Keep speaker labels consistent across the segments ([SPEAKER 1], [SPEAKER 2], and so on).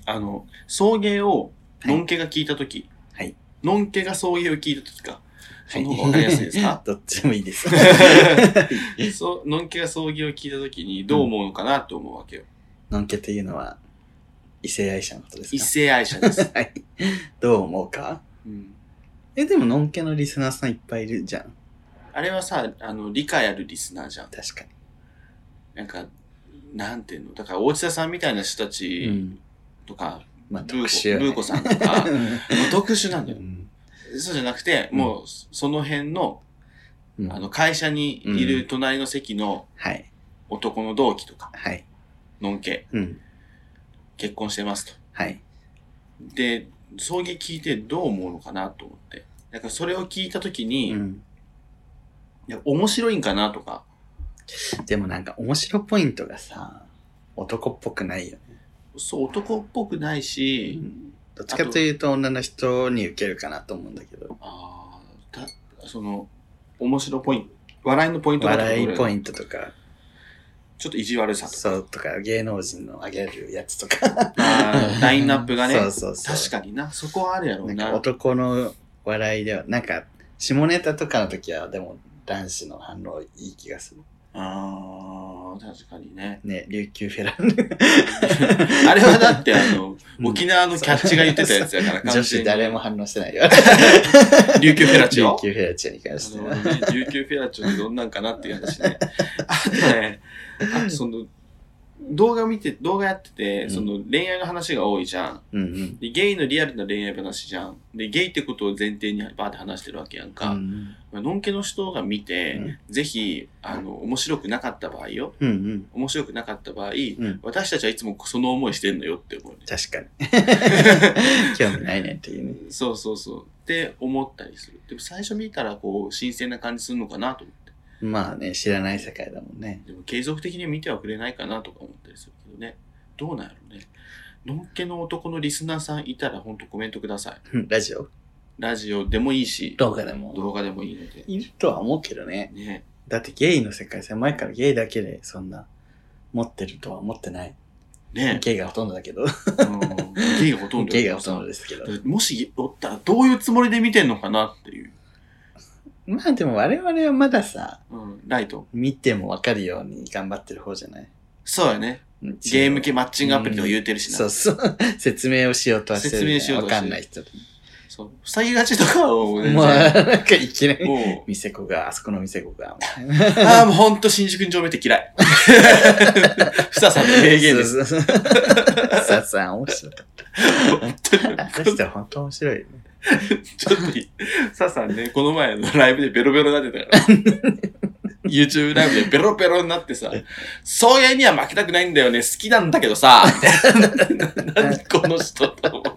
[SPEAKER 1] 送迎を、のんけが聞いたとき、
[SPEAKER 2] はい。
[SPEAKER 1] のんけが送迎を聞いたときか。その方がわかりやすいですか？
[SPEAKER 2] どっちもいいです。
[SPEAKER 1] のんけが送迎を聞いたときにどう思うのかなって思うわけよ。
[SPEAKER 2] のんけというのは、異性愛者のことですか？
[SPEAKER 1] 異性愛者です。
[SPEAKER 2] はい。どう思うか？でものんけのリスナーさんいっぱいいるじゃん。
[SPEAKER 1] あれはさ、理解あるリスナーじゃん。
[SPEAKER 2] 確かに。
[SPEAKER 1] なんか、なんていうの？だから、大地田さんみたいな人たちとか、
[SPEAKER 2] まあ、特殊、
[SPEAKER 1] ブーコさんとか、特殊なんだよ。そうじゃなくて、もう、その辺の、会社にいる隣の席の、男の同期とか、のんけ、結婚してますと。で、送迎聞いてどう思うのかなと思って。なんかそれを聞いたときに、いや、面白いんかなとか。
[SPEAKER 2] でもなんか面白ポイントがさ、男っぽくないよね。
[SPEAKER 1] そう、男っぽくないし、
[SPEAKER 2] どっちかというと女の人に受けるかなと思うんだけど。
[SPEAKER 1] 面白ポイント、笑いのポイントとか。
[SPEAKER 2] 笑いポイントとか。
[SPEAKER 1] ちょっと意地悪さとか。
[SPEAKER 2] そうとか、芸能人のあげるやつとか。
[SPEAKER 1] ラインナップがね。
[SPEAKER 2] そう。
[SPEAKER 1] 確かにな。そこはあるやろうな。
[SPEAKER 2] なんか男の笑いでは、なんか、下ネタとかの時は、でも男子の反応いい気がする。
[SPEAKER 1] 確かにね。
[SPEAKER 2] ね、琉球フェラー
[SPEAKER 1] あれはだって沖縄のキャッチが言ってたやつやから、
[SPEAKER 2] 女子誰も反応してないよ。
[SPEAKER 1] 琉球フェラチオ？
[SPEAKER 2] 琉球フェラチオに関しては。
[SPEAKER 1] 琉球フェラチオってどんなんかなっていう話ね。あと動画やってて、恋愛の話が多いじゃん。で、ゲイのリアルな恋愛話じゃん。で、ゲイってことを前提にバーって話してるわけやんか。のんけの人が見て、ぜひ、面白くなかった場合よ。面白くなかった場合、私たちはいつもその思いしてんのよって思うね。
[SPEAKER 2] 確かに。興味ないねっていうね。
[SPEAKER 1] そう。って思ったりする。でも最初見たら新鮮な感じするのかなと思って。
[SPEAKER 2] まあね、知らない世界だもんね。
[SPEAKER 1] でも継続的に見てはくれないかなとか思ったりするけどね。どうなんやろね。のんけの男のリスナーさんいたらほんとコメントください。ラジオでもいいし、動画でもいいので。
[SPEAKER 2] いるとは思うけどね。だってゲイの世界狭いからゲイだけでそんな持ってるとは思ってない。ね。ゲイがほとんどだけど。
[SPEAKER 1] ゲイがほとんど
[SPEAKER 2] ですけど。
[SPEAKER 1] もしおったらどういうつもりで見てんのかなっていう。
[SPEAKER 2] まあでも我々はまださ、
[SPEAKER 1] ライト
[SPEAKER 2] 見てもわかるように頑張ってる方じゃない？
[SPEAKER 1] そうやね。ゲーム系マッチングアプリとか言うてるしな。
[SPEAKER 2] そう。説明をしようとはしてる。わかんない人。
[SPEAKER 1] そう。塞ぎがちとかを
[SPEAKER 2] ね。まあ、なんかいきなり。店子が、あそこの店子が。
[SPEAKER 1] もうほんと新宿上目って嫌い。ふささんの名言です。
[SPEAKER 2] ふささん面白かった。本当に。私って本当面白いよね。
[SPEAKER 1] ちょっとふささんね、この前のライブでベロベロになってたから。YouTube ライブでベロベロになってさ、そういうには負けたくないんだよね、好きなんだけどさ、何この人と思う。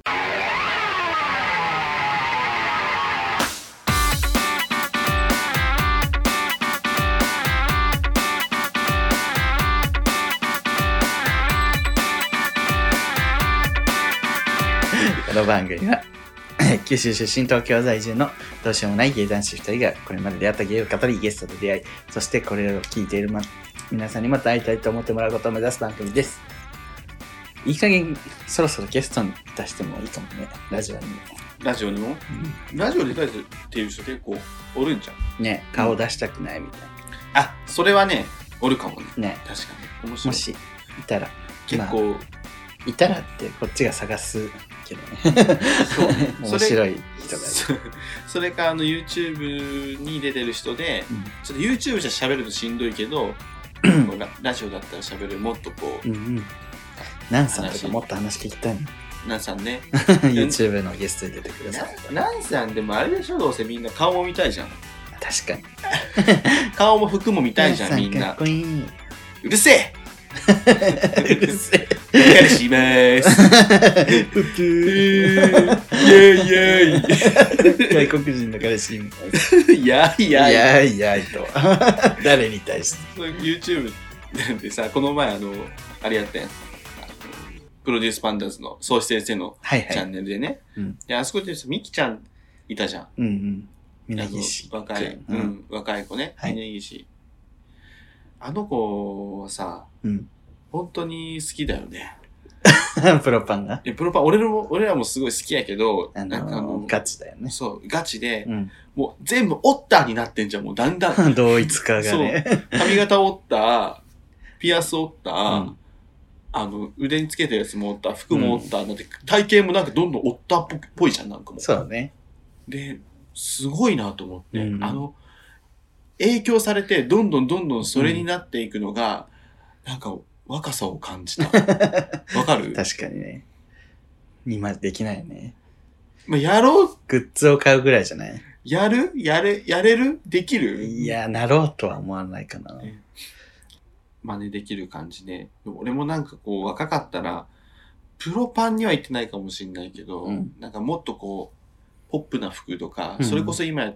[SPEAKER 2] この番組は九州出身東京在住のどうしようもない芸男子2人がこれまで出会った芸を語りゲストと出会い、そしてこれを聞いている皆さんにも会いたいと思ってもらうことを目指す番組です。いい加減そろそろゲストに出してもいいかもね。ラジオにも、
[SPEAKER 1] ラジオで出てる人結構おるんじゃん
[SPEAKER 2] ね。顔出したくないみたいな。
[SPEAKER 1] それはねおるかもね。確かに面白い。
[SPEAKER 2] もしいたら
[SPEAKER 1] 結構、
[SPEAKER 2] いたらってこっちが探すけどね。面白い人がいる。
[SPEAKER 1] それかYouTube に出てる人で、ちょっと YouTube じゃ喋るとしんどいけど、ラジオだったら喋る、もっと
[SPEAKER 2] ナンさんとかもっと話聞きたいの。
[SPEAKER 1] ナンさんね。
[SPEAKER 2] YouTube のゲストに出てください。
[SPEAKER 1] ナンさんでもあれでしょ、どうせみんな顔も見たいじゃん。
[SPEAKER 2] 確かに。
[SPEAKER 1] 顔も服も見たいじゃん、みんな。
[SPEAKER 2] かっこいい。
[SPEAKER 1] うるせえ
[SPEAKER 2] うるせえ。
[SPEAKER 1] 彼氏いまーす。
[SPEAKER 2] うぷ
[SPEAKER 1] ー。イェイイェ
[SPEAKER 2] イ。外国人の彼氏います。
[SPEAKER 1] やいやい。
[SPEAKER 2] やいやいと。誰に対して。
[SPEAKER 1] YouTube でさ、この前あれやったやん。プロデュースパンダーズの宗志先生のチャンネルでね。で、あそこでミキちゃんいたじゃん。
[SPEAKER 2] 峯岸。
[SPEAKER 1] 若い子ね。峯岸。あの子はさ、本当に好きだよね。
[SPEAKER 2] プロパンが。
[SPEAKER 1] いや、プロパン、俺らもすごい好きやけど、なんか
[SPEAKER 2] ガチだよね。
[SPEAKER 1] そう、ガチで、
[SPEAKER 2] うん、
[SPEAKER 1] もう全部オッターになってんじゃん、もうだんだん。
[SPEAKER 2] 同一化がね。
[SPEAKER 1] そう。髪型オッター、ピアスオッタ
[SPEAKER 2] う
[SPEAKER 1] ー、
[SPEAKER 2] ん、
[SPEAKER 1] 腕につけたやつもオッター、服もオッター、なんて、体型もなんかどんどんオッターっぽいじゃん、なんかもう。
[SPEAKER 2] そうね。
[SPEAKER 1] で、すごいなと思って、
[SPEAKER 2] うん、
[SPEAKER 1] 影響されて、どんどんそれになっていくのが、なんか若さを感じた。わかる？
[SPEAKER 2] 確かにね。今できないよね。
[SPEAKER 1] まあ、やろう。
[SPEAKER 2] グッズを買うぐらいじゃない？
[SPEAKER 1] やれるできる？
[SPEAKER 2] いや、なろうとは思わないかな。
[SPEAKER 1] 真似できる感じで。俺もなんかこう若かったら、プロパンには行ってないかもしれないけど、なんかもっとこう、ポップな服とか、それこそ今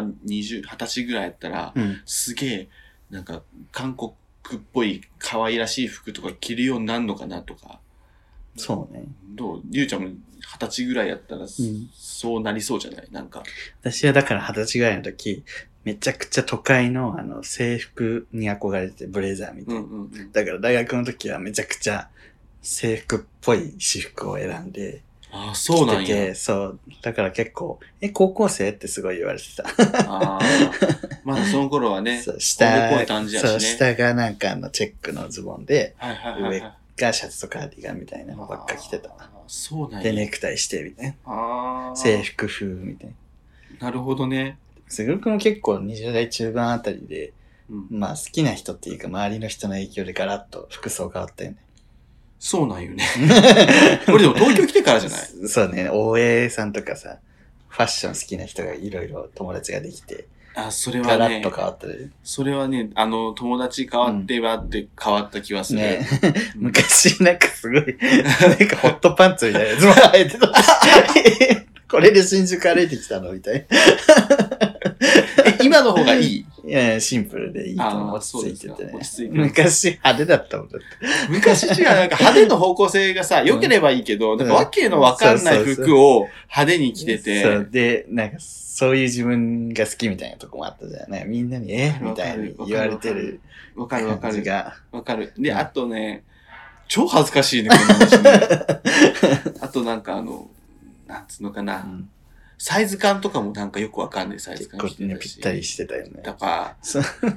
[SPEAKER 1] 20歳ぐらいやったら、すげえ、なんか韓国っぽい可愛らしい服とか着るようになるのかなとか。
[SPEAKER 2] そうね。
[SPEAKER 1] どう？りゅうちゃんも20歳ぐらいやったら、そうなりそうじゃない？なんか。
[SPEAKER 2] 私はだから20歳ぐらいの時、めちゃくちゃ都会の制服に憧れてブレザーみたいな。だから大学の時はめちゃくちゃ制服っぽい私服を選んで、
[SPEAKER 1] ああ、そうなんや。
[SPEAKER 2] そう。だから結構、高校生ってすごい言われてた。
[SPEAKER 1] ああ。まだその頃はね、
[SPEAKER 2] そう、下
[SPEAKER 1] っぽい感じやしね。
[SPEAKER 2] そう、下がなんかチェックのズボンで、
[SPEAKER 1] 上
[SPEAKER 2] がシャツとカーディガンみたいなのばっか着てた。
[SPEAKER 1] そうなんや。
[SPEAKER 2] で、ネクタイしてみたいな。
[SPEAKER 1] ああ。
[SPEAKER 2] 制服風みたい
[SPEAKER 1] なるほどね。
[SPEAKER 2] すぐるくんも結構20代中盤あたりで、まあ好きな人っていうか周りの人の影響でガラッと服装変わったよね。
[SPEAKER 1] そうなんよね。これでも東京来てからじゃない
[SPEAKER 2] そうね、大江さんとかさ、ファッション好きな人がいろいろ友達ができて、
[SPEAKER 1] それはね、
[SPEAKER 2] ガラッと変わったで。
[SPEAKER 1] それはね、友達変わってわって変わった気はする。
[SPEAKER 2] ね昔なんかすごい、なんかホットパンツみたいなやつも履いてた。これで新宿歩いてきたのみたいな。
[SPEAKER 1] 今の方がいい？
[SPEAKER 2] いや、シンプルでいいと思ってついててね。昔派手だったもんだって。
[SPEAKER 1] 昔違う、なんか派手の方向性がさ、良ければいいけど、なんかわけのわかんない服を派手に着てて。
[SPEAKER 2] そう。で、なんかそういう自分が好きみたいなとこもあったじゃない。みんなに、みたいに言われてる。
[SPEAKER 1] わかる。わかる。で、
[SPEAKER 2] うん、
[SPEAKER 1] あとね、超恥ずかしいね、この話ね。あとなんかなんつうのかな。サイズ感とかもなんかよくわかんないサイズ感
[SPEAKER 2] してたし。結構ね、ぴったりしてたよね。
[SPEAKER 1] だから、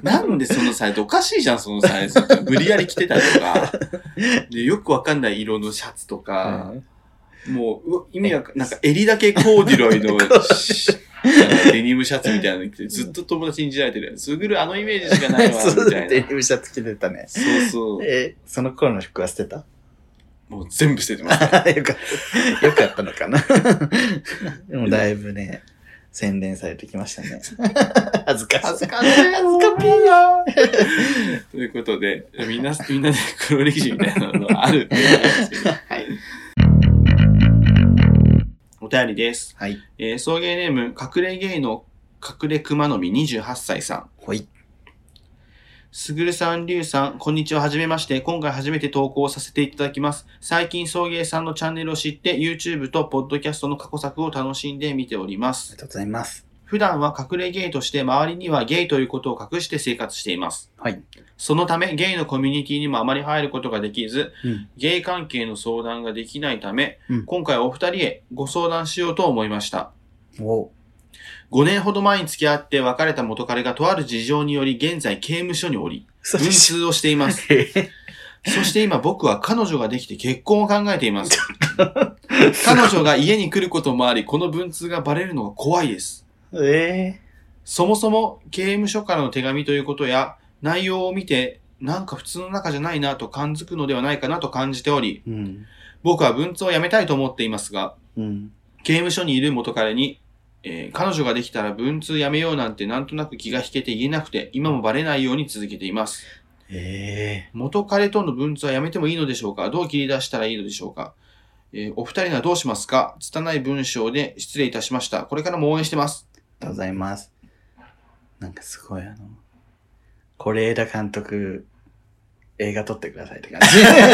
[SPEAKER 1] なんでそのサイズ、おかしいじゃん、そのサイズ。無理やり着てたりとか。で、よくわかんない色のシャツとか、もう、意味は、なんか襟だけコーデュロイのデニムシャツみたいなの着て、ずっと友達にいじられてる。すぐるあのイメージしかないわ、みたいな。
[SPEAKER 2] デニムシャツ着てたね。
[SPEAKER 1] そう。
[SPEAKER 2] その頃の服は捨てた？
[SPEAKER 1] もう全部捨ててます、
[SPEAKER 2] ね。よかったのかな。でもだいぶね、洗練されてきましたね。恥ずかしい。
[SPEAKER 1] 恥ずかしいよ。ということで、みんなで黒歴史みたいなのあるって言うんですけど。はい。お便りです。
[SPEAKER 2] はい。
[SPEAKER 1] 送迎ネーム、隠れゲイの隠れ熊の実28歳さん。
[SPEAKER 2] はい。
[SPEAKER 1] すぐるさん、りゅうさん、こんにちは。はじめまして。今回初めて投稿させていただきます。最近、送迎さんのチャンネルを知って、YouTube と Podcast の過去作を楽しんで見ております。
[SPEAKER 2] ありがとうございます。
[SPEAKER 1] 普段は隠れゲイとして、周りにはゲイということを隠して生活しています。
[SPEAKER 2] はい。
[SPEAKER 1] そのため、ゲイのコミュニティにもあまり入ることができず、ゲイ関係の相談ができないため、今回お二人へご相談しようと思いました。5年ほど前に付き合って別れた元彼がとある事情により現在刑務所におり、文通をしています。そして今僕は彼女ができて結婚を考えています。彼女が家に来ることもあり、この文通がバレるのが怖いです。そもそも刑務所からの手紙ということや内容を見てなんか普通の中じゃないなと感づくのではないかなと感じており、僕は文通をやめたいと思っていますが、刑務所にいる元彼に彼女ができたら文通やめようなんてなんとなく気が引けて言えなくて、今もバレないように続けています。元彼との文通はやめてもいいのでしょうか？どう切り出したらいいのでしょうか？お二人はどうしますか？拙い文章で失礼いたしました。これからも応援してます。
[SPEAKER 2] ありがとうございます。なんかすごい是枝監督、映画撮ってくださいって感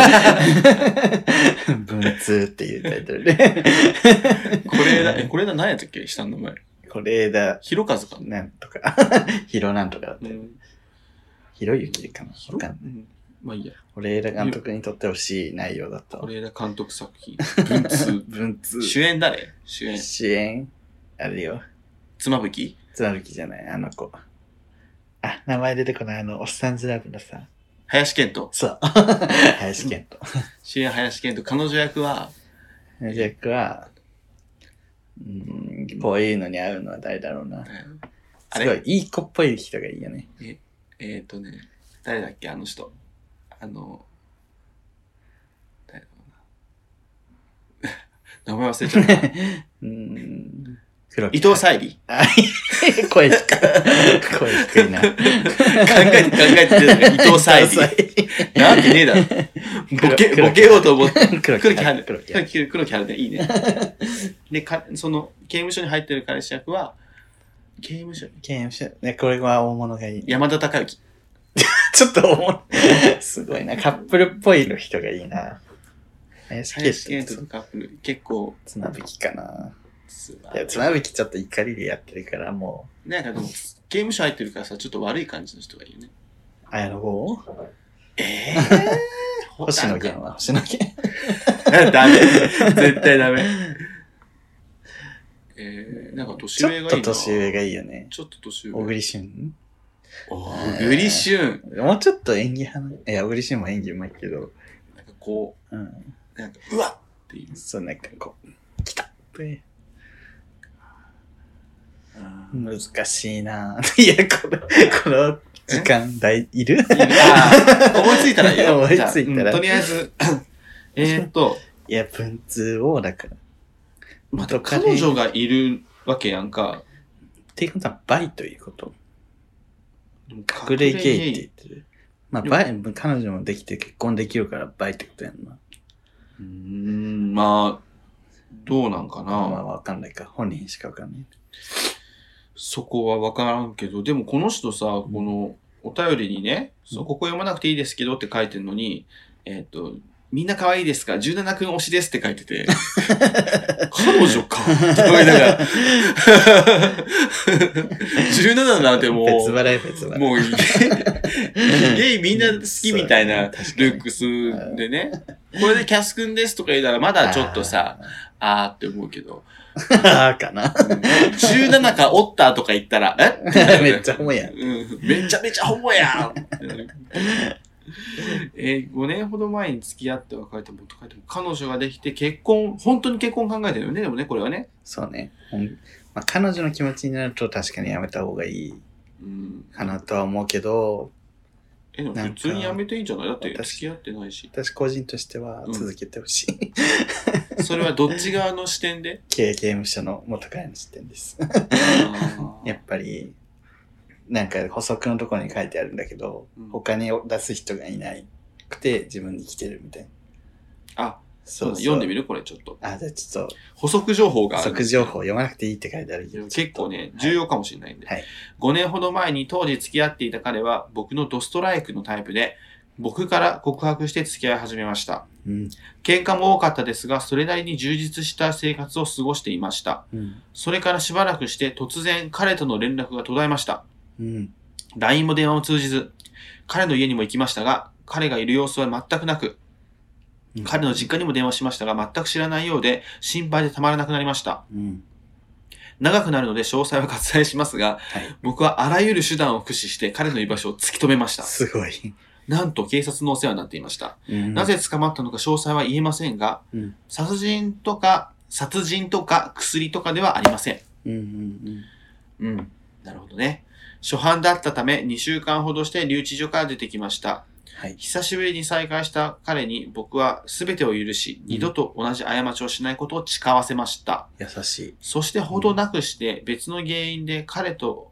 [SPEAKER 2] じ。文通っていうタイトルで。
[SPEAKER 1] 是枝何やったっけ？下の名前。
[SPEAKER 2] 是枝。
[SPEAKER 1] ひろかずか
[SPEAKER 2] なんとか。ひろなんとかだったよ。ひろゆきかなわかんない。
[SPEAKER 1] まあいいや。
[SPEAKER 2] 是枝監督にとってほしい内容だったわ。
[SPEAKER 1] 是枝監督作品。文通。
[SPEAKER 2] 文通。
[SPEAKER 1] 主演誰？主
[SPEAKER 2] 演あれよ。
[SPEAKER 1] 妻夫木
[SPEAKER 2] じゃない、あの子。あ、名前出てこない、おっさんずラブのさ。
[SPEAKER 1] 林遣都。
[SPEAKER 2] そう。林遣都。
[SPEAKER 1] 主演林遣都。彼女役は、
[SPEAKER 2] こういうのに合うのは誰だろうな。
[SPEAKER 1] あ
[SPEAKER 2] すごい、いい子っぽい人がいいよね。
[SPEAKER 1] 誰だっけあの人。誰だろうな。名前忘れちゃった。伊藤沙莉。
[SPEAKER 2] 声低いな。考
[SPEAKER 1] えて、伊藤沙莉。なんてねえだろ。ボケようと思って。黒木春ね。いいね。で、その、刑務所に入ってる彼氏役は、刑務所
[SPEAKER 2] ね、これは大物がいい。
[SPEAKER 1] 山田孝之。
[SPEAKER 2] ちょっと大物。すごいな。カップルっぽいの人がいいな。
[SPEAKER 1] 林遣都とカップル。結構。
[SPEAKER 2] 妻夫木かな。いや、妻夫木ちょっと怒りでやってるからも
[SPEAKER 1] う。なんかでも、刑務所入ってるからさ、ちょっと悪い感じの人がいいよね。
[SPEAKER 2] 綾野剛？星野源は星野源。
[SPEAKER 1] ダメ。絶対ダメ。なんか年上がいいな。
[SPEAKER 2] ちょっと年上がいいよね。
[SPEAKER 1] ちょっと年上。
[SPEAKER 2] 小栗旬？
[SPEAKER 1] 小栗旬。
[SPEAKER 2] もうちょっと演技派な。いや、小栗旬も演技うまいけど。
[SPEAKER 1] なんかこう、なんか、うわっっていう。
[SPEAKER 2] そう、なんかこう、来たって。難しいなぁ。いや、この時間いる？
[SPEAKER 1] 思いついたらいいよ。
[SPEAKER 2] 思いついたら。
[SPEAKER 1] とりあえず、
[SPEAKER 2] いや、文通を、だから。
[SPEAKER 1] また彼女がいるわけやんか。
[SPEAKER 2] っていうことは、バイということ。隠れゲイって言ってる。まあ、彼女もできて結婚できるからバイってことやんな。
[SPEAKER 1] まあ、どうなんかな。
[SPEAKER 2] まあ、わかんないか。本人しかわかんない。
[SPEAKER 1] そこはわからんけど、でもこの人さ、このお便りにね、ここ読まなくていいですけどって書いてるのに、みんな可愛いですか ?17 君推しですって書いてて、彼女かって思いながら、17なんてもう、
[SPEAKER 2] 別払い。
[SPEAKER 1] もうゲイみんな好きみたいなルックスでね、これでキャス君ですとか言うならまだちょっとさ、あーって思うけど、
[SPEAKER 2] かな。
[SPEAKER 1] 17かおったとか言ったら、
[SPEAKER 2] めっちゃホモやん。
[SPEAKER 1] めちゃめちゃホモやん5年ほど前に付き合って別れた元カレと彼女ができて本当に結婚考えてるよね、でもね、これはね。
[SPEAKER 2] そうね。まあ、彼女の気持ちになると確かにやめた方がいいかなとは思うけど、
[SPEAKER 1] でも普通にやめていいんじゃない？だって付き合ってないし。
[SPEAKER 2] 私個人としては続けてほし
[SPEAKER 1] い。それはどっち側の視点で？
[SPEAKER 2] 刑務所の元カレの視点です。やっぱり、なんか補足のところに書いてあるんだけど、他に出す人がいなくて自分に来てるみたいな。
[SPEAKER 1] そう読んでみるこれちょっと。
[SPEAKER 2] じゃあちょっと。
[SPEAKER 1] 補足情報がある。
[SPEAKER 2] 補足情報読まなくていいって書いてあるけど。
[SPEAKER 1] 結構ね、重要かもしれないんで。
[SPEAKER 2] はい。
[SPEAKER 1] 5年ほど前に当時付き合っていた彼は僕のドストライクのタイプで、僕から告白して付き合い始めました。喧嘩も多かったですが、それなりに充実した生活を過ごしていました。それからしばらくして突然彼との連絡が途絶えました。LINE も電話も通じず、彼の家にも行きましたが、彼がいる様子は全くなく、彼の実家にも電話しましたが、全く知らないようで、心配でたまらなくなりました。長くなるので詳細は割愛しますが、僕はあらゆる手段を駆使して彼の居場所を突き止めました。
[SPEAKER 2] すごい。
[SPEAKER 1] なんと警察のお世話になっていました。なぜ捕まったのか詳細は言えませんが、殺人とか薬とかではありません。なるほどね。初犯だったため2週間ほどして留置所から出てきました。久しぶりに再会した彼に僕は全てを許し、二度と同じ過ちをしないことを誓わせました。
[SPEAKER 2] 優しい。
[SPEAKER 1] そしてほどなくして別の原因で彼と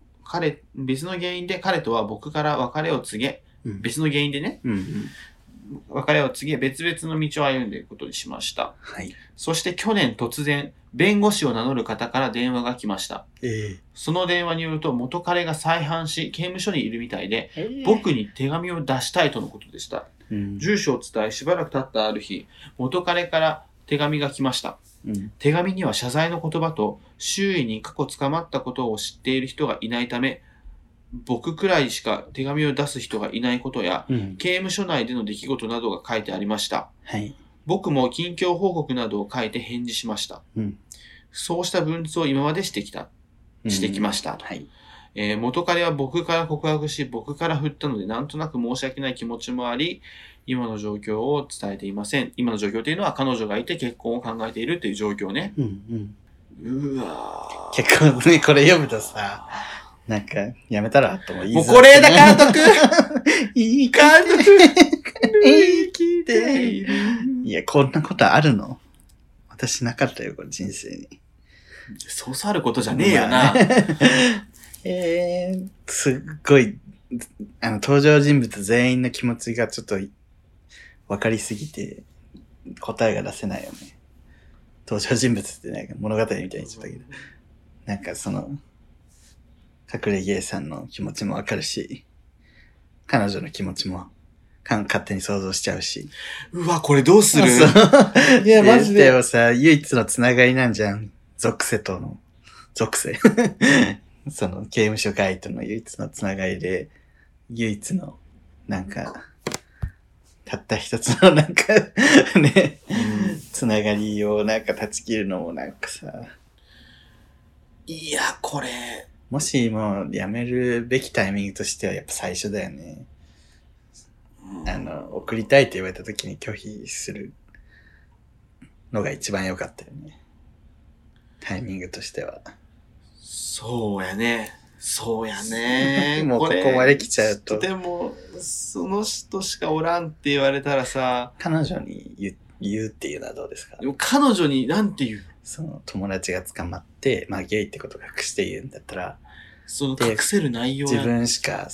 [SPEAKER 1] は僕から別れを告げ、別の原因でね、別れを告げ別々の道を歩んでいくことにしました。そして去年突然、弁護士を名乗る方から電話が来ました。その電話によると元彼が再犯し刑務所にいるみたいで、僕に手紙を出したいとのことでした。住所を伝えしばらく経ったある日、元彼から手紙が来ました。手紙には謝罪の言葉と周囲に過去捕まったことを知っている人がいないため、 僕くらいしか手紙を出す人がいないことや、刑務所内での出来事などが書いてありました。
[SPEAKER 2] はい。
[SPEAKER 1] 僕も近況報告などを書いて返事しました。そうした文通を今までしてきました。はい。元彼は僕から告白し、僕から振ったので、なんとなく申し訳ない気持ちもあり、今の状況を伝えていません。今の状況というのは彼女がいて結婚を考えているという状況ね。うわ
[SPEAKER 2] ー。結構ね、これ読むとさ、なんか、やめたらとも言いづらい。
[SPEAKER 1] もう是枝監督いい監督生きている。
[SPEAKER 2] いや、こんなことあるの？私なかったよ、これ人生に。
[SPEAKER 1] そうそうあることじゃねえよな。
[SPEAKER 2] すっごい、登場人物全員の気持ちがちょっと分かりすぎて答えが出せないよね。登場人物ってなんか物語みたいに言っちゃったけど。なんかその、隠れゲイさんの気持ちも分かるし、彼女の気持ちも勝手に想像しちゃうし。
[SPEAKER 1] うわ、これどうする？
[SPEAKER 2] いや、マジで。でもさ、唯一のつながりなんじゃん。属性との。属性。その刑務所外との唯一のつながりで、唯一の、なんか、たった一つのなんかね、つながりをなんか断ち切るのもなんかさ。
[SPEAKER 1] いや、これ。
[SPEAKER 2] もしもう辞めるべきタイミングとしてはやっぱ最初だよね。送りたいって言われた時に拒否するのが一番良かったよね。タイミングとしては。
[SPEAKER 1] そうやね。そうやね。
[SPEAKER 2] もうここまで来ちゃうと。
[SPEAKER 1] でも、その人しかおらんって言われたらさ。
[SPEAKER 2] 彼女に言うっていうのはどうですか？
[SPEAKER 1] でも彼女になんて言う？
[SPEAKER 2] その友達が捕まって、まあゲイってことを隠して言うんだったら。
[SPEAKER 1] その隠せる内容
[SPEAKER 2] 自分しか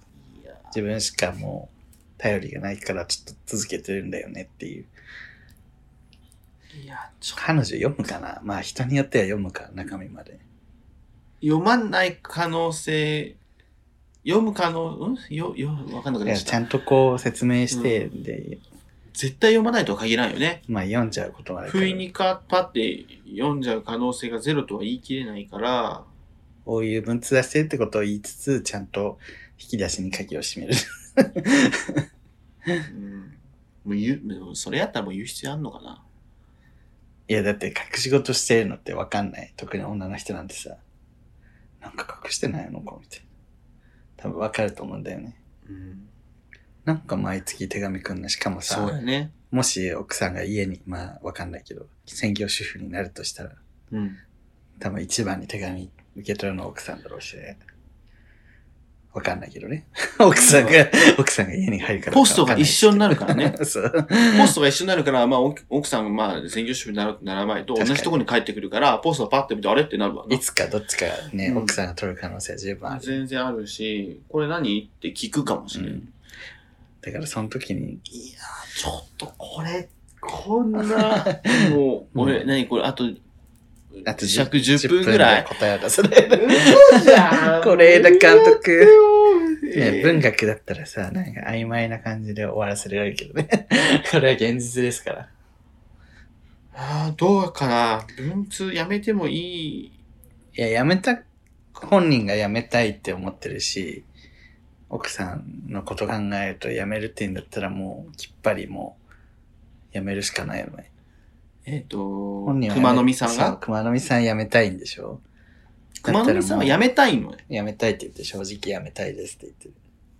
[SPEAKER 2] もう頼りがないからちょっと続けてるんだよねっていう。
[SPEAKER 1] いや、
[SPEAKER 2] 彼女読むかな？まあ人によっては読むか、中身まで。
[SPEAKER 1] 読まない可能性、わかんなくなっちゃった。
[SPEAKER 2] ちゃんとこう説明して、で、
[SPEAKER 1] 絶対読まないとは限らんよね。
[SPEAKER 2] まあ読んじゃうことはあるから。
[SPEAKER 1] 不意にパッて読んじゃう可能性がゼロとは言い切れないから、
[SPEAKER 2] こういう文通出してるってことを言いつつ、ちゃんと引き出しに鍵を閉める。
[SPEAKER 1] もうそれやったらもう言う必要あんのかな？
[SPEAKER 2] いや、だって隠し事してるのってわかんない。特に女の人なんてさ、なんか隠してないのかみたいな。多分わかると思うんだよね。なんか毎月手紙くんな、しかもさ、
[SPEAKER 1] そうやね。
[SPEAKER 2] もし奥さんが家に、まあわかんないけど、専業主婦になるとしたら、多分一番に手紙受け取るのは奥さんだろうし、わかんないけどね。奥さんが家に入るから。
[SPEAKER 1] ポストが一緒になるからね。
[SPEAKER 2] そう。
[SPEAKER 1] ポストが一緒になるから、まあ奥さんがまあ専業主婦にならないと同じところに帰ってくるから、ポストをパッて見てあれってなるわな。
[SPEAKER 2] いつかどっちかね、奥さんが取る可能性は十分ある。
[SPEAKER 1] 全然あるし、これ何って聞くかもしれない。
[SPEAKER 2] だからその時に。
[SPEAKER 1] いやー、ちょっとこんな、もう、俺、これ、あと尺10分ぐらい。
[SPEAKER 2] 答えを出される。嘘じゃん。是枝監督。文学だったらさ、なんか曖昧な感じで終わらせられるけどね。これは現実ですから。
[SPEAKER 1] どうかな。文通やめてもいい？
[SPEAKER 2] いや、本人がやめたいって思ってるし、奥さんのこと考えるとやめるって言うんだったらもう、きっぱりもう、やめるしかないよね。
[SPEAKER 1] 熊野美さんが？
[SPEAKER 2] 熊野美さん辞めたいんでしょ？
[SPEAKER 1] 熊野美さんは辞めたいのね。
[SPEAKER 2] 辞めたいって言って、正直辞めたいですって言ってる。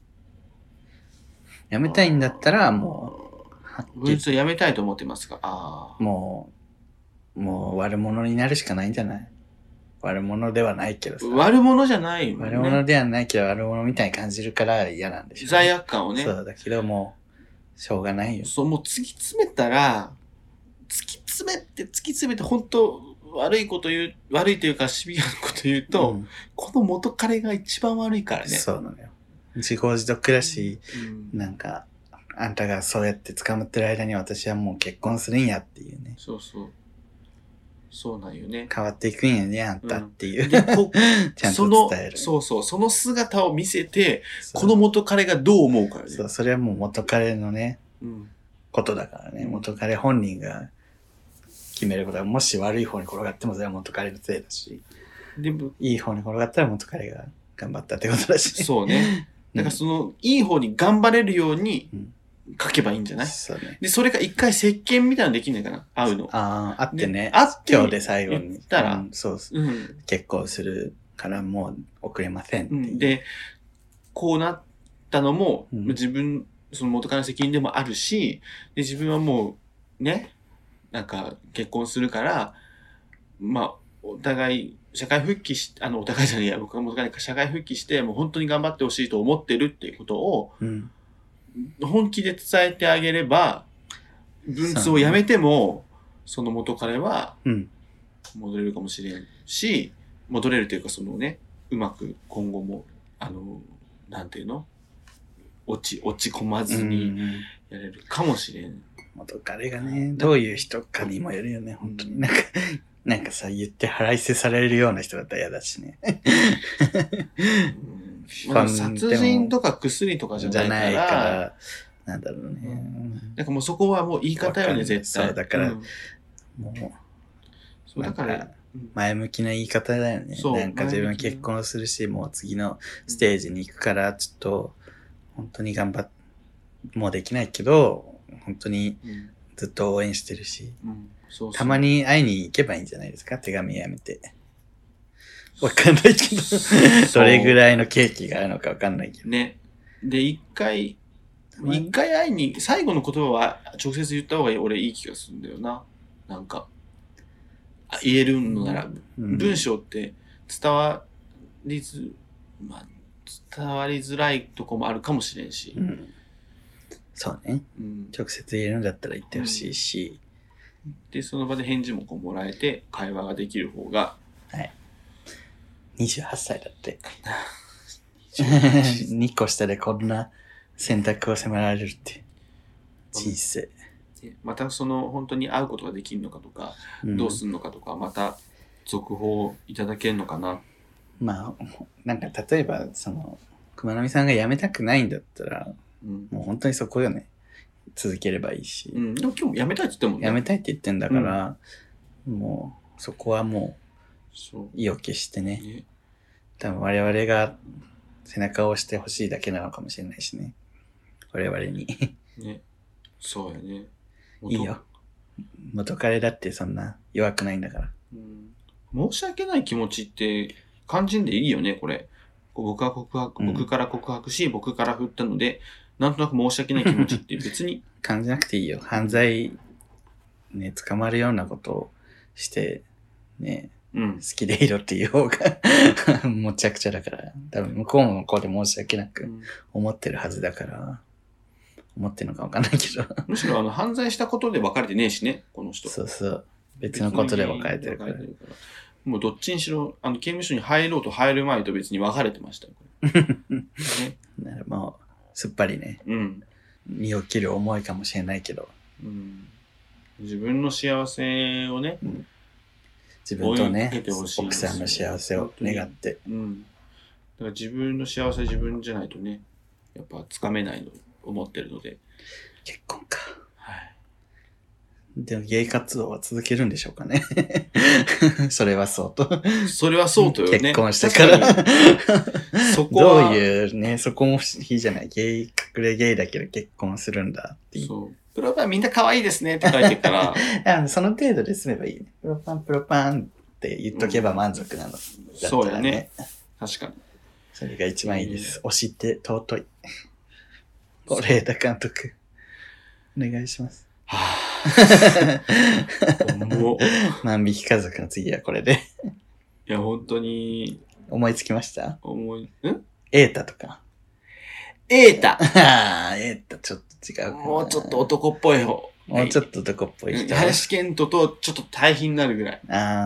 [SPEAKER 2] 辞めたいんだったら、も
[SPEAKER 1] う。文通辞めたいと思ってますか？
[SPEAKER 2] もう悪者になるしかないんじゃない？悪者ではないけどさ。
[SPEAKER 1] 悪者じゃないよね。
[SPEAKER 2] 悪者ではないけど、悪者みたいに感じるから嫌なんでしょ、
[SPEAKER 1] 罪悪感をね。
[SPEAKER 2] そうだけど、もう、しょうがないよ。
[SPEAKER 1] そう、もう突き詰めたら、突き詰めて、本当悪いというか、シビアなこと言うと、この元彼が一番悪いからね。
[SPEAKER 2] そうなのよ。自業自得だし、なんか、あんたがそうやって捕まってる間に私はもう結婚するんやっていうね。
[SPEAKER 1] そうそう。そうなんよね。
[SPEAKER 2] 変わっていくんやね、あんたっていう。ちゃんと伝える。
[SPEAKER 1] そう、その姿を見せて、この元彼がどう思うからね。
[SPEAKER 2] そう、それはもう元彼のね、ことだからね。元彼本人が決めることは、もし悪い方に転がってもそれは元彼のせいだし、でもいい方に転がったら元彼が頑張ったってことだし。
[SPEAKER 1] そうね。だからその、いい方に頑張れるように書けばいいんじゃない？
[SPEAKER 2] そうね。
[SPEAKER 1] で、それが一回石鹸みたいなのできんないかな？会うの。
[SPEAKER 2] あってね。
[SPEAKER 1] 会って
[SPEAKER 2] 今日で最後に。
[SPEAKER 1] 言ったら、
[SPEAKER 2] そうそう。結婚するからもう遅れませんっていう。
[SPEAKER 1] で、こうなったのも、自分、その元カノの責任でもあるし、で、自分はもう、ね、なんか結婚するから、まあ、お互い、社会復帰し、お互いじゃねえや、僕は元カノに社会復帰して、もう本当に頑張ってほしいと思ってるっていうことを、本気で伝えてあげれば、文通をやめても、その元彼は、戻れるかもしれんし、戻れるというか、そのね、うまく今後も、なんていうの？落ち込まずにやれるかもしれん。
[SPEAKER 2] 元彼がね、どういう人かにもよるよね、本当に。なんかさ、言って腹いせされるような人だったら嫌だしね。
[SPEAKER 1] 殺人とか薬とかじゃないから、
[SPEAKER 2] なんだろうね。
[SPEAKER 1] なんかもうそこはもう言い方よね、絶対。
[SPEAKER 2] そう、だから、もう、だから、前向きな言い方だよね。なんか自分結婚するし、もう次のステージに行くから、ちょっと、本当にもうできないけど、本当にずっと応援してるし、たまに会いに行けばいいんじゃないですか？手紙やめて。わかんないけど、どれぐらいのケーキがあるのかわかんないけど。
[SPEAKER 1] ね。で、一回会いに、最後の言葉は直接言った方が俺いい気がするんだよな。なんか、言えるのなら、文章って伝わりづらいとこもあるかもしれんし。
[SPEAKER 2] そうね。直接言えるんだったら言ってほしいし。
[SPEAKER 1] で、その場で返事ももらえて、会話ができる方が。
[SPEAKER 2] はい。28歳だって。2個下でこんな選択を迫られるって。人生。
[SPEAKER 1] また本当に会うことができるのかとか、どうすんのかとか、また続報いただけるのかな。
[SPEAKER 2] まあ、なんか例えば、熊波さんが辞めたくないんだったら、もう本当にそこよね。続ければいいし。
[SPEAKER 1] でも今日も辞めたいって言ってもね。
[SPEAKER 2] 辞めたいって言ってんだから、もう、そこはもう、意を決してね。多分我々が背中を押してほしいだけなのかもしれないしね。我々に。
[SPEAKER 1] ね。そうやね。
[SPEAKER 2] いいよ。元彼だってそんな弱くないんだから。
[SPEAKER 1] 申し訳ない気持ちって肝心でいいよね、これ。僕から告白し、僕から振ったので、なんとなく申し訳ない気持ちって別に。
[SPEAKER 2] 感じなくていいよ。犯罪、ね、捕まるようなことをして、ね、好きでいろっていう方が、むちゃくちゃだから。多分向こうも向こうで申し訳なく思ってるはずだから、思ってるのかわかんないけど。
[SPEAKER 1] むしろ犯罪したことで別れてねえしね、この人。
[SPEAKER 2] そうそう。別のことで別れてるから。
[SPEAKER 1] もうどっちにしろ、刑務所に入ろうと入る前と別に別れてましたよ。
[SPEAKER 2] ね、もう、すっぱりね。身を切る思いかもしれないけど。
[SPEAKER 1] 自分の幸せをね、
[SPEAKER 2] 自分とね、奥さんの幸せを願って。
[SPEAKER 1] だから自分の幸せ自分じゃないとね、やっぱつかめないと思ってるので。
[SPEAKER 2] 結婚か。でもゲイ活動は続けるんでしょうかね。それはそうと。
[SPEAKER 1] それはそうとよね。
[SPEAKER 2] 結婚してから。そこは。どういうね、そこも不思議じゃない。隠れゲイだけど結婚するんだっていう。
[SPEAKER 1] そう。プロパンみんな可愛いですねって書いてから。
[SPEAKER 2] その程度で済めばいいね。プロパンって言っとけば満足なの。
[SPEAKER 1] そうやね。確かに。
[SPEAKER 2] それが一番いいです。推して尊い。是枝監督。お願いします。万引き家族の次はこれで。
[SPEAKER 1] いや、本当に。
[SPEAKER 2] 思いつきました？
[SPEAKER 1] エ
[SPEAKER 2] ータとか。
[SPEAKER 1] エータ
[SPEAKER 2] エータちょっと違う。
[SPEAKER 1] もうちょっと男っぽい方。
[SPEAKER 2] もうちょっと男っぽい人。
[SPEAKER 1] 林遣都とちょっと対比になるぐらい。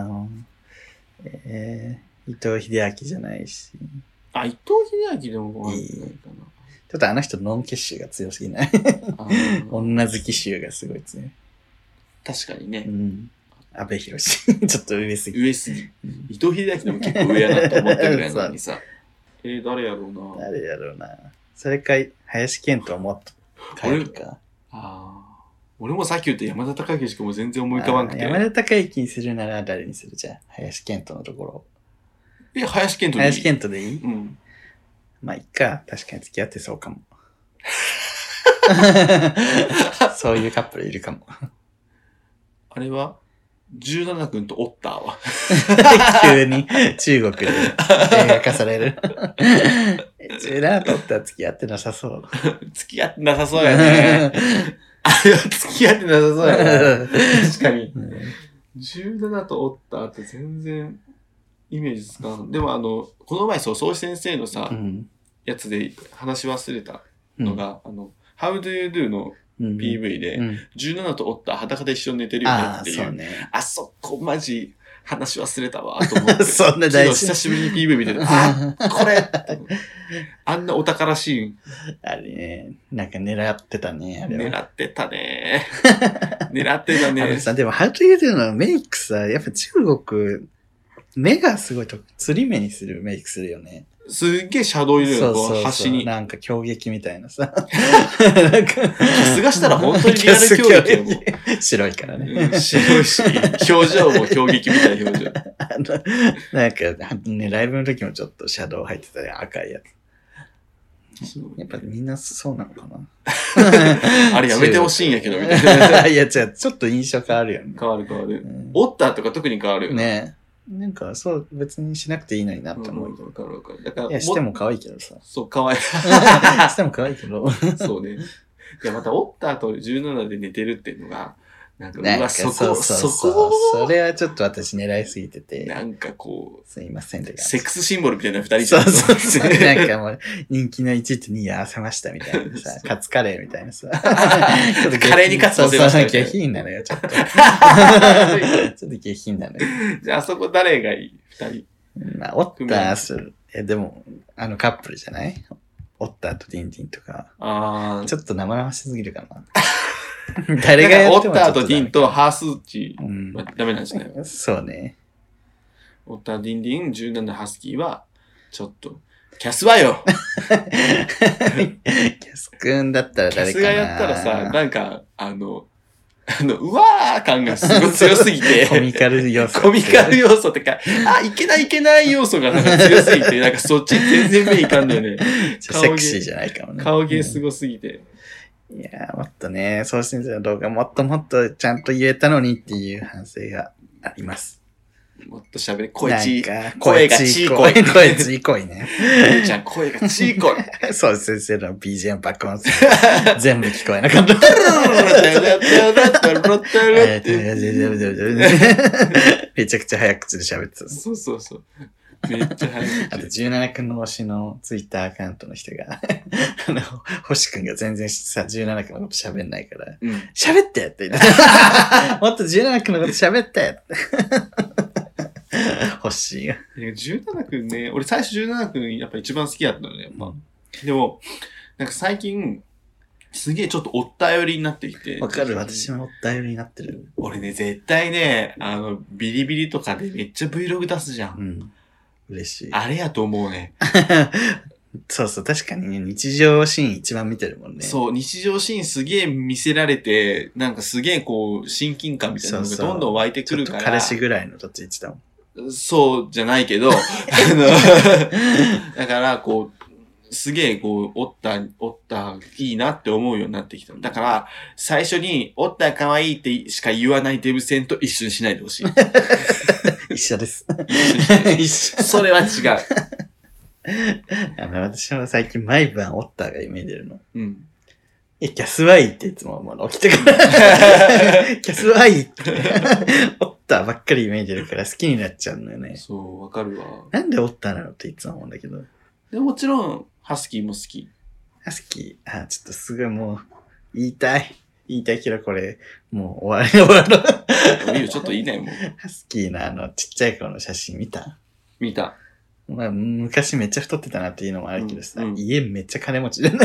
[SPEAKER 2] 伊藤英明じゃないし。
[SPEAKER 1] 伊藤英明でもご飯ないかな。
[SPEAKER 2] ちょっとあの人ノン結集が強すぎない女好き集がすごい強い。
[SPEAKER 1] 確かにね。
[SPEAKER 2] 阿部寛。ちょっと上すぎ。
[SPEAKER 1] 伊藤英明でも結構上やなと思ったぐらいなのにさ。誰やろうな。
[SPEAKER 2] それか、林遣都はもっと変えるか。
[SPEAKER 1] 俺もさっき言った山田孝之しかも全然思い浮かばんくて。
[SPEAKER 2] 山田孝之にするなら誰にする？じゃあ、林遣都のところ。
[SPEAKER 1] 林健人でいい？
[SPEAKER 2] 林健人でいい？
[SPEAKER 1] うん。
[SPEAKER 2] まあ、いっか。確かに付き合ってそうかも。そういうカップルいるかも。
[SPEAKER 1] あれは17君とオッターは
[SPEAKER 2] 急に中国で映画化される。17とオッター付き合ってなさそう。
[SPEAKER 1] 付き合ってなさそうやね。あれは付き合ってなさそうやね。確かに。17とオッターって全然イメージつかん。でもこの前、総司先生のさ、やつで話し忘れたのが、How do you do の PV で、17とオッター裸で一緒に寝てるよねっていう。あそこマジ話忘れたわと思って。
[SPEAKER 2] そんな大事。
[SPEAKER 1] 久しぶりに PV 見てて、あ、これあんなお宝シーン。
[SPEAKER 2] あれね、なんか狙ってたね、あれは。
[SPEAKER 1] 狙ってたね。狙ってたね。
[SPEAKER 2] あのさ、でも How do you do のメイクさ、やっぱ中国、目がすごい釣り目にするメイクするよね。
[SPEAKER 1] すっげえシャドウ入れるの、端に。
[SPEAKER 2] なんか狂撃みたいなさ。
[SPEAKER 1] なんか、キスがしたら本当にリアル狂撃よ。
[SPEAKER 2] 白いからね。
[SPEAKER 1] 白いし、表情も狂撃みたいな表情。
[SPEAKER 2] なんか、ね、ライブの時もちょっとシャドウ入ってたね、赤いやつ。やっぱみんなそうなのかな。
[SPEAKER 1] あれやめてほしいんやけど、みたいな。
[SPEAKER 2] いや、違う、ちょっと印象変わるよね。
[SPEAKER 1] 変わる。オッターとか特に変わるよ
[SPEAKER 2] ね。なんか、そう、別にしなくていいのになって思う。
[SPEAKER 1] わかる。だから、
[SPEAKER 2] いや、しても可愛いけどさ。
[SPEAKER 1] そう、可愛い。
[SPEAKER 2] しても可愛いけど。
[SPEAKER 1] そうね。いや、また、オッターと17で寝てるっていうのが、なんか、
[SPEAKER 2] うわ、そこ。それはちょっと私狙いすぎてて。
[SPEAKER 1] なんかこう、
[SPEAKER 2] すいませんって感じ。
[SPEAKER 1] セックスシンボルみたいな二人じゃん。
[SPEAKER 2] そう。なんかもう、人気の1と2合わせましたみたいなさ、カツカレーみたいなさ。
[SPEAKER 1] カレーにカツ乗せましたみたいな。
[SPEAKER 2] 下品なのよ、ちょっと。ちょっと下品なのよ。
[SPEAKER 1] じゃあ、あそこ誰がいい二人。
[SPEAKER 2] まあ、オッターする。でも、カップルじゃない？オッターとディンディンとか。ちょっと生々しすぎるかな。誰がやっても
[SPEAKER 1] オッターとディンとハースーチはダメなんですね。
[SPEAKER 2] そうね。
[SPEAKER 1] オッター、ディンディン、17ハスキーは、ちょっと、キャスはよ
[SPEAKER 2] キャスくんだったら誰かな。
[SPEAKER 1] キャスがやったらさ、なんか、うわー感がすごい強すぎて。
[SPEAKER 2] コミカル要素。
[SPEAKER 1] コミカル要素ってか、いけない要素がなんか強すぎて、なんかそっち全然目いかんのよね。
[SPEAKER 2] セクシーじゃないかもね。
[SPEAKER 1] 顔芸すごすぎて。
[SPEAKER 2] いやー、もっとね、送信者の動画もっとちゃんと言えたのにっていう反省があります。
[SPEAKER 1] もっと喋れ、声がち
[SPEAKER 2] い濃い。声ちい濃いね。
[SPEAKER 1] ちゃん、声がちい濃い。
[SPEAKER 2] そう、先生の BGM 爆音全部聞こえなかった。めちゃくちゃ早口で喋ってた。
[SPEAKER 1] そう。めっちゃ早口。
[SPEAKER 2] あと、17くんの推しのツイッターアカウントの人が、星くんが全然さ、17くんのこと喋んないから、喋ってって言って。もっと17くんのこと喋ってって。欲しいよ。
[SPEAKER 1] 17くんね、俺最初17くんやっぱ一番好きだったのね、やっぱ。でも、なんか最近、すげえちょっとおったよりになってきて。
[SPEAKER 2] わかる、私もおったよりになってる。
[SPEAKER 1] 俺ね、絶対ね、ビリビリとかでめっちゃ Vlog 出すじゃん。
[SPEAKER 2] 嬉しい。
[SPEAKER 1] あれやと思うね。
[SPEAKER 2] そう、確かにね、日常シーン一番見てるもんね。
[SPEAKER 1] そう、日常シーンすげえ見せられて、なんかすげえこう、親近感みたいなのがどんどん湧いてくるから。
[SPEAKER 2] 彼氏ぐらいのどっち言ってたもん。
[SPEAKER 1] そうじゃないけど、だからこう、すげえこう、おったいいなって思うようになってきた。だから、最初に、おった可愛いってしか言わないデブ戦と一緒にしないでほしい。
[SPEAKER 2] 一緒です。
[SPEAKER 1] 一緒。それは違う。
[SPEAKER 2] 私も最近毎晩オッターが夢に出るの。キャスワイっていつも思うの起きてから。キャスワイって。オッターばっかり夢に出るから好きになっちゃうのよね。
[SPEAKER 1] そう、わかるわ。
[SPEAKER 2] なんでオッターなのっていつも思うんだけど。
[SPEAKER 1] でもちろん、ハスキーも好き。
[SPEAKER 2] ハスキー、ちょっとすごいもう、言いたいけどこれ、もう終わろう。
[SPEAKER 1] いいよ、ちょっと言いないもん。
[SPEAKER 2] ハスキーのちっちゃい頃の写真見た？まあ、昔めっちゃ太ってたなっていうのもあるけどさ、家めっちゃ金持ちじゃない？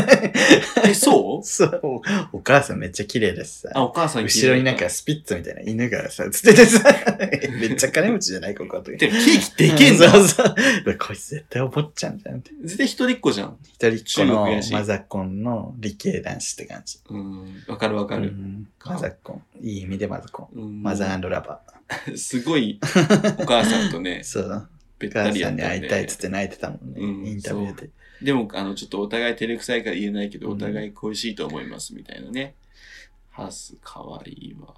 [SPEAKER 1] そう
[SPEAKER 2] そう。お母さんめっちゃ綺麗だしさ。
[SPEAKER 1] お母さん
[SPEAKER 2] 後ろになんかスピッツみたいな犬がさ、つっててさ、めっちゃ金持ちじゃないここと。
[SPEAKER 1] ケーキでけんだ。
[SPEAKER 2] そう。こいつ絶対お坊ちゃんじゃんって。
[SPEAKER 1] 絶対一人っ子じゃん。
[SPEAKER 2] 一人っ子のマザコンの理系男子って感じ。
[SPEAKER 1] わかる。
[SPEAKER 2] マザコン。いい意味でマザコン。マザー&ラバ
[SPEAKER 1] ー。すごい、お母さんとね。
[SPEAKER 2] そう。
[SPEAKER 1] べったりやったんで。
[SPEAKER 2] お母さんに会いたいっつって泣いてたもんね、
[SPEAKER 1] うん、
[SPEAKER 2] インタビューで。
[SPEAKER 1] でも、ちょっとお互い照れくさいから言えないけど、お互い恋しいと思いますみたいなね。ハス、かわいいわ。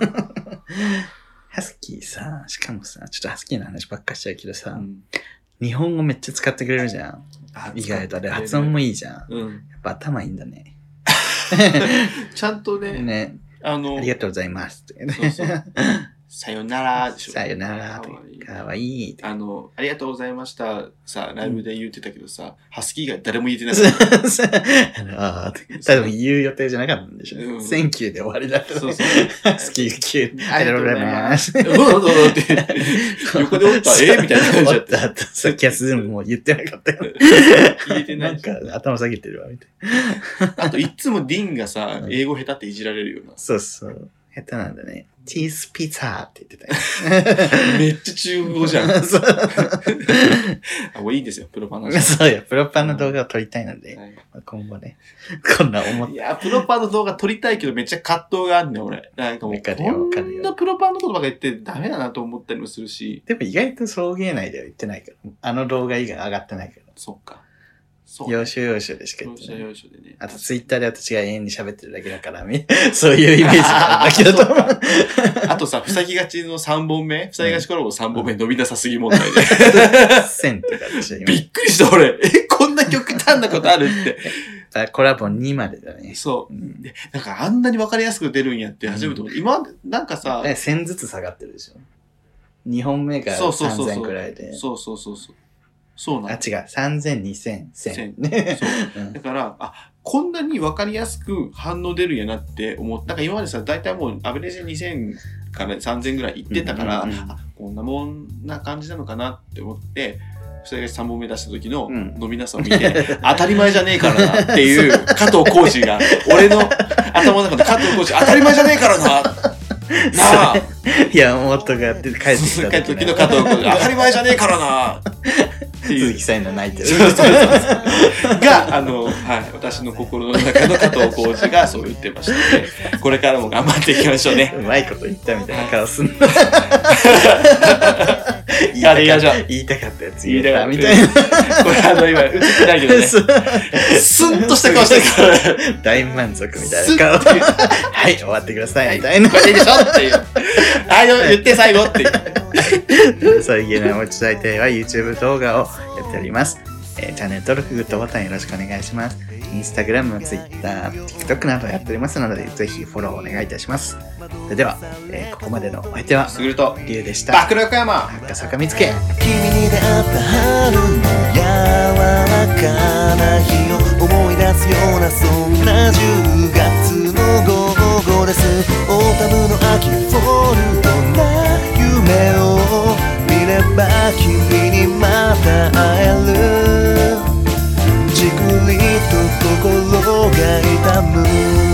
[SPEAKER 2] ハスキーさ、しかもさ、ちょっとハスキーの話ばっかしちゃうけどさ、日本語めっちゃ使ってくれるじゃん。意外と。で、発音もいいじゃん。やっぱ頭いいんだね。
[SPEAKER 1] ちゃんとね、
[SPEAKER 2] ありがとうございます。
[SPEAKER 1] そうそう。さよならでしょ。
[SPEAKER 2] さよなら。かわいい。
[SPEAKER 1] ありがとうございました。さ、ライブで言ってたけどさ、ハスキー以外誰も言えてなかった。
[SPEAKER 2] 多分言う予定じゃなかったんでしょ。センキューで終わりだった。そうそう。ハスキーが急に。ありがとうございます。どう
[SPEAKER 1] って。横でおったみたいな感じだった。
[SPEAKER 2] さっきはすでにもう言ってなかったよ。
[SPEAKER 1] 言えてない。
[SPEAKER 2] なんか頭下げてるわ、みたい
[SPEAKER 1] な。あと、いつもディンがさ、英語下手っていじられるよな。
[SPEAKER 2] そうそう。下手なんだね。チーズピザって言ってたよ。
[SPEAKER 1] めっちゃ中国語じゃん。もういいんですよ、プロパンの。
[SPEAKER 2] そうよ、プロパンの動画を撮りたいので、今後ね、こんな思って。
[SPEAKER 1] いや、プロパンの動画撮りたいけどめっちゃ葛藤があるんだよ、俺。なんかもう、こんなプロパンのことばっか言ってダメだなと思ったりもするし。
[SPEAKER 2] でも意外と送迎内では言ってないから。あの動画以外上がってないから。
[SPEAKER 1] そっか。
[SPEAKER 2] 要所要所でしか言ってない。
[SPEAKER 1] 要所でね。
[SPEAKER 2] あとツイッターで私が永遠に喋ってるだけだから、そういうイメージがあるんだけど。
[SPEAKER 1] あとさ、塞ぎがちの3本目塞ぎがちコラボ3本目伸びなさすぎ問題で。
[SPEAKER 2] 線とかでしょ、
[SPEAKER 1] びっくりした俺。こんな極端なことあるって。
[SPEAKER 2] コラボ2までだね。
[SPEAKER 1] そう。で、なんかあんなに分かりやすく出るんやって初めて思って。今、なんかさ。
[SPEAKER 2] 1000ずつ下がってるでしょ。2本目が3000くらいで。
[SPEAKER 1] そう。そうなの。
[SPEAKER 2] 違う。3000、2000、
[SPEAKER 1] 1000。そう。だから、こんなに分かりやすく反応出るんやなって思った。なんか今までさ、だいたいもうアベレージ2000から3000ぐらいいってたから、こんなもんな感じなのかなって思って、それが3本目出した時の飲みなさを見て、当たり前じゃねえからなっていう加藤浩次が、俺の頭の中で加藤浩次当たり前じゃねえからななあ
[SPEAKER 2] 山本が帰ってきた
[SPEAKER 1] 時の加藤浩次当たり前じゃねえからな
[SPEAKER 2] 鈴木さんの泣いてる。
[SPEAKER 1] が、私の心の中の加藤浩次がそう言ってましたので、これからも頑張っていきましょうね。
[SPEAKER 2] うまいこと言ったみたいな顔すんの。言いたかったやつ言えたみたいな。
[SPEAKER 1] これ今映ってないけどね。スンとした顔してるから。
[SPEAKER 2] 大満足みたいな顔。はい、終わってくださいみたいな。
[SPEAKER 1] これでいいでしょっていう。言って最後っていう。
[SPEAKER 2] そういう芸能持ち大体は YouTube 動画をやっております。チャンネル登録、グッドボタンよろしくお願いします。Instagram、Twitter、TikTok などやっておりますので、ぜひフォローお願いいたします。それでは、ここまでのお相手は、
[SPEAKER 1] すぐると
[SPEAKER 2] りゅうでした。
[SPEAKER 1] 爆力山
[SPEAKER 2] 赤坂見つけ。
[SPEAKER 3] 君に出会った春の柔らかな日を思い出すようなそんな10月の午後です。オータムの秋フォルトな夢を見れば君にまた会える。じくりと心が痛む